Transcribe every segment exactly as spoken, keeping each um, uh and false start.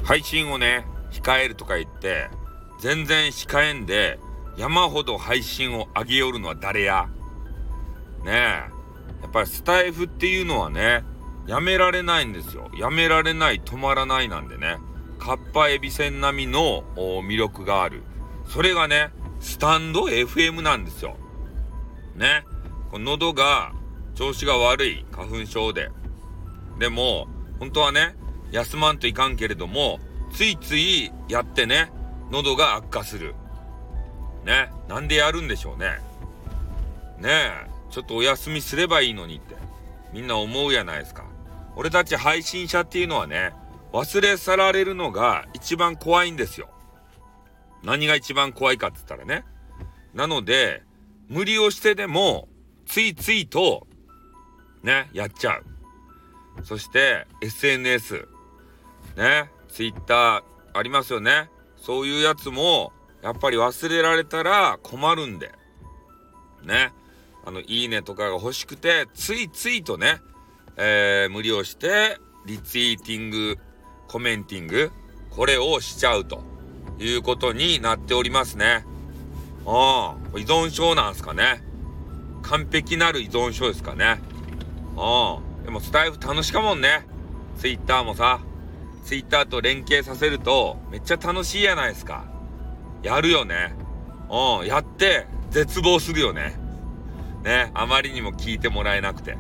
配信をね控えるとか言って全然控えんで山ほど配信を上げよるのは誰やねえ。やっぱりスタイフっていうのはねやめられないんですよ。やめられない、止まらないなんでね、カッパエビせん並みの魅力がある。それがねスタンド エフエム なんですよね。この喉が調子が悪い、花粉症ででも本当はね休まんといかんけれども、ついついやってね喉が悪化するね。なんでやるんでしょうね。ねえ、ちょっとお休みすればいいのにってみんな思うやないですか。俺たち配信者っていうのはね、忘れ去られるのが一番怖いんですよ。何が一番怖いかって言ったらね、なので無理をしてでもついついとねやっちゃう。そして エスエヌエス ね、ツイッターありますよね。そういうやつもやっぱり忘れられたら困るんでね、あのいいねとかが欲しくてついついとね、えー、無理をしてリツイーティング、コメンティング、これをしちゃうということになっておりますね。ああ、依存症なんすかね。完璧なる依存症ですかね。ああ、でもスタイフ楽しかもんね。ツイッターもさ、ツイッターと連携させるとめっちゃ楽しいやないですか。やるよね。うん、やって絶望するよね。ね、あまりにも聞いてもらえなくて。うん、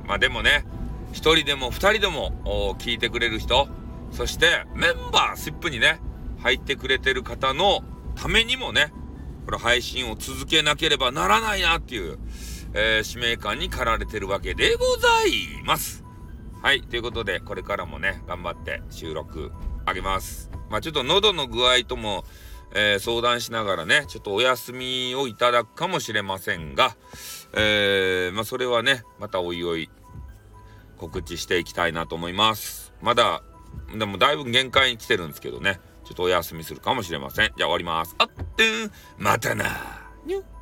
まあでもね、一人でも二人でも聞いてくれる人、そしてメンバーシップにね入ってくれてる方のためにもね、これ配信を続けなければならないなっていう、えー、使命感に駆られてるわけでございます。はい、ということでこれからもね頑張って収録あげます。まあちょっと喉の具合とも、えー、相談しながらねちょっとお休みをいただくかもしれませんが、えー、まあそれはねまたおいおい告知していきたいなと思います。まだでもだいぶ限界に来てるんですけどね、ちょっとお休みするかもしれません。じゃあ終わります。あってん、またなにゅ。